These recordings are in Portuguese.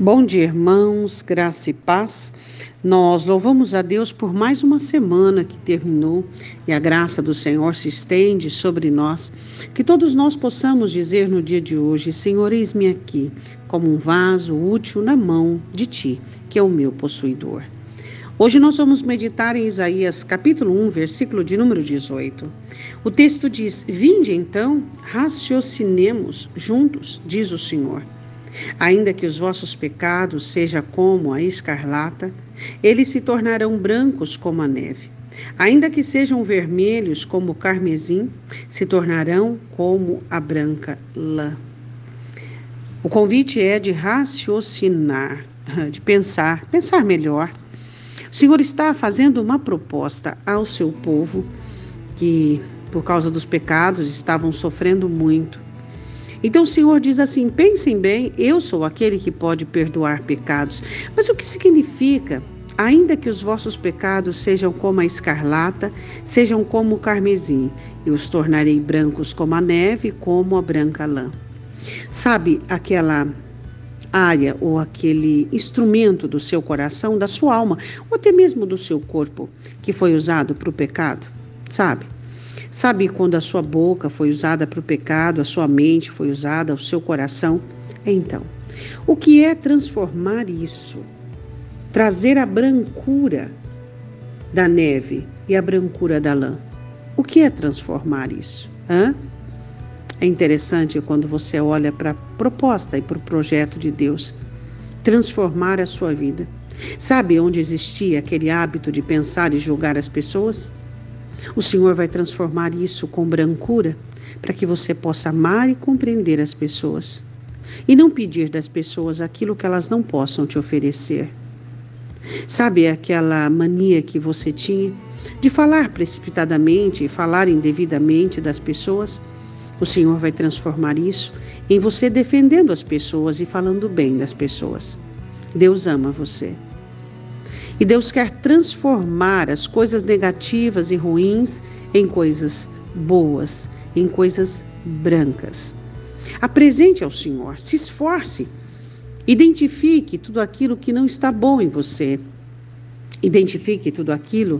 Bom dia, irmãos, graça e paz. Nós louvamos a Deus por mais uma semana que terminou e a graça do Senhor se estende sobre nós. Que todos nós possamos dizer no dia de hoje: Senhor, eis-me aqui, como um vaso útil na mão de Ti, que é o meu possuidor. Hoje nós vamos meditar em Isaías capítulo 1, versículo de número 18. O texto diz: Vinde então, raciocinemos juntos, diz o Senhor. Ainda que os vossos pecados sejam como a escarlata, eles se tornarão brancos como a neve. Ainda que sejam vermelhos como o carmesim, se tornarão como a branca lã. O convite é de raciocinar, de pensar melhor. O Senhor está fazendo uma proposta ao seu povo que, por causa dos pecados, estavam sofrendo muito. Então o Senhor diz assim: pensem bem, eu sou aquele que pode perdoar pecados. Mas o que significa? Ainda que os vossos pecados sejam como a escarlata, sejam como o carmesim, eu os tornarei brancos como a neve, como a branca lã. Sabe aquela área ou aquele instrumento do seu coração, da sua alma, ou até mesmo do seu corpo, que foi usado para o pecado? Sabe quando a sua boca foi usada para o pecado, a sua mente foi usada, o seu coração? Então, o que é transformar isso? Trazer a brancura da neve e a brancura da lã. O que é transformar isso? É interessante quando você olha para a proposta e para o projeto de Deus. Transformar a sua vida. Sabe onde existia aquele hábito de pensar e julgar as pessoas? O Senhor vai transformar isso com brancura para que você possa amar e compreender as pessoas e não pedir das pessoas aquilo que elas não possam te oferecer. Sabe aquela mania que você tinha de falar precipitadamente e falar indevidamente das pessoas? O Senhor vai transformar isso em você defendendo as pessoas e falando bem das pessoas. Deus ama você. E Deus quer transformar as coisas negativas e ruins em coisas boas, em coisas brancas. Apresente ao Senhor, se esforce, identifique tudo aquilo que não está bom em você. Identifique tudo aquilo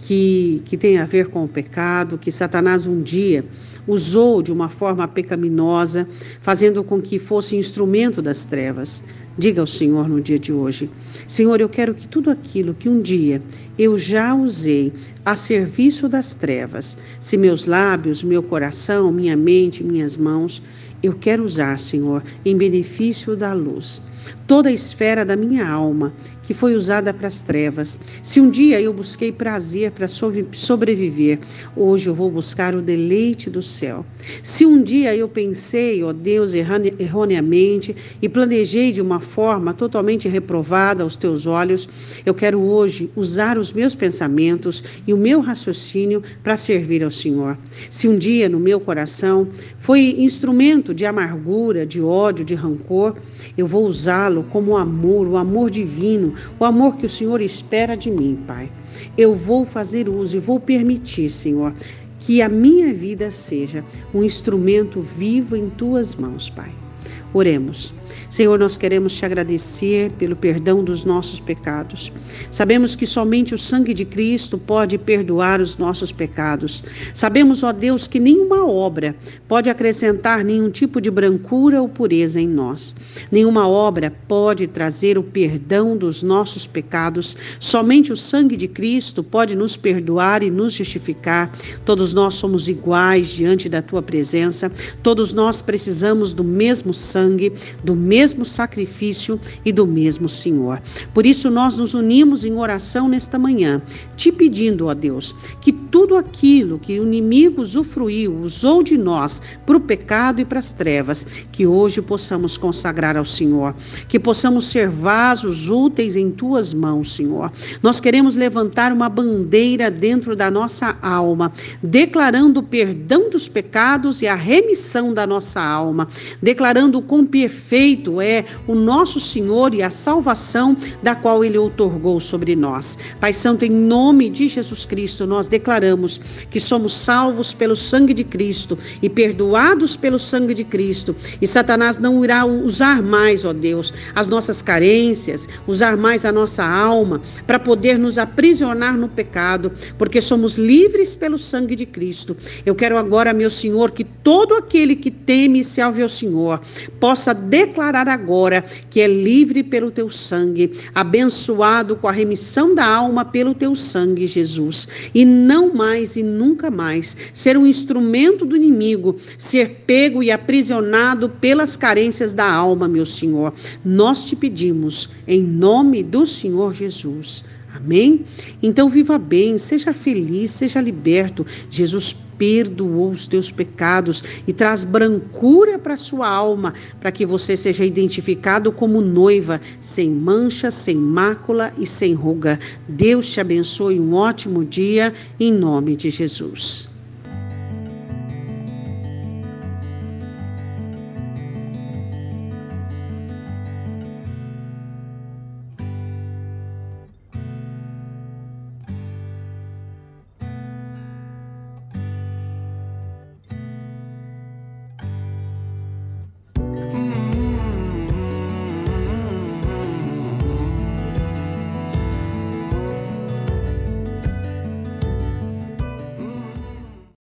que tem a ver com o pecado, que Satanás um dia usou de uma forma pecaminosa, fazendo com que fosse instrumento das trevas. Diga ao Senhor no dia de hoje: Senhor, eu quero que tudo aquilo que um dia eu já usei a serviço das trevas, se meus lábios, meu coração, minha mente, minhas mãos, eu quero usar, Senhor, em benefício da luz. Toda a esfera da minha alma que foi usada para as trevas. Se um dia eu busquei prazer para sobreviver, hoje eu vou buscar o deleite do céu. Se um dia eu pensei, ó Deus, erroneamente e planejei de uma forma totalmente reprovada aos teus olhos, eu quero hoje usar os meus pensamentos e o meu raciocínio para servir ao Senhor. Se um dia no meu coração foi instrumento de amargura, de ódio, de rancor, eu vou usá-lo como amor, o amor divino, o amor que o Senhor espera de mim, Pai. Eu vou fazer uso e vou permitir, Senhor, que a minha vida seja um instrumento vivo em Tuas mãos, Pai. Oremos. Senhor, nós queremos Te agradecer pelo perdão dos nossos pecados. Sabemos que somente o sangue de Cristo pode perdoar os nossos pecados. Sabemos, ó Deus, que nenhuma obra pode acrescentar nenhum tipo de brancura ou pureza em nós. Nenhuma obra pode trazer o perdão dos nossos pecados. Somente o sangue de Cristo pode nos perdoar e nos justificar. Todos nós somos iguais diante da Tua presença. Todos nós precisamos do mesmo sangue, do mesmo sacrifício e do mesmo Senhor. Por isso nós nos unimos em oração nesta manhã, te pedindo, ó Deus, que tudo aquilo que o inimigo usou de nós para o pecado e para as trevas, que hoje possamos consagrar ao Senhor, que possamos ser vasos úteis em Tuas mãos, Senhor. Nós queremos levantar uma bandeira dentro da nossa alma, declarando o perdão dos pecados e a remissão da nossa alma, declarando o quão perfeito é o nosso Senhor e a salvação da qual Ele outorgou sobre nós. Pai Santo, em nome de Jesus Cristo, nós declaramos que somos salvos pelo sangue de Cristo e perdoados pelo sangue de Cristo. E Satanás não irá usar mais, ó Deus, as nossas carências, usar mais a nossa alma para poder nos aprisionar no pecado, porque somos livres pelo sangue de Cristo. Eu quero agora, meu Senhor, que todo aquele que teme e serve ao Senhor possa declarar agora que é livre pelo teu sangue, abençoado com a remissão da alma pelo teu sangue, Jesus, e não mais e nunca mais ser um instrumento do inimigo, ser pego e aprisionado pelas carências da alma, meu Senhor. Nós te pedimos em nome do Senhor Jesus. Amém? Então viva bem, seja feliz, seja liberto. Jesus perdoou os teus pecados e traz brancura para a sua alma, para que você seja identificado como noiva, sem mancha, sem mácula e sem ruga. Deus te abençoe, um ótimo dia, em nome de Jesus.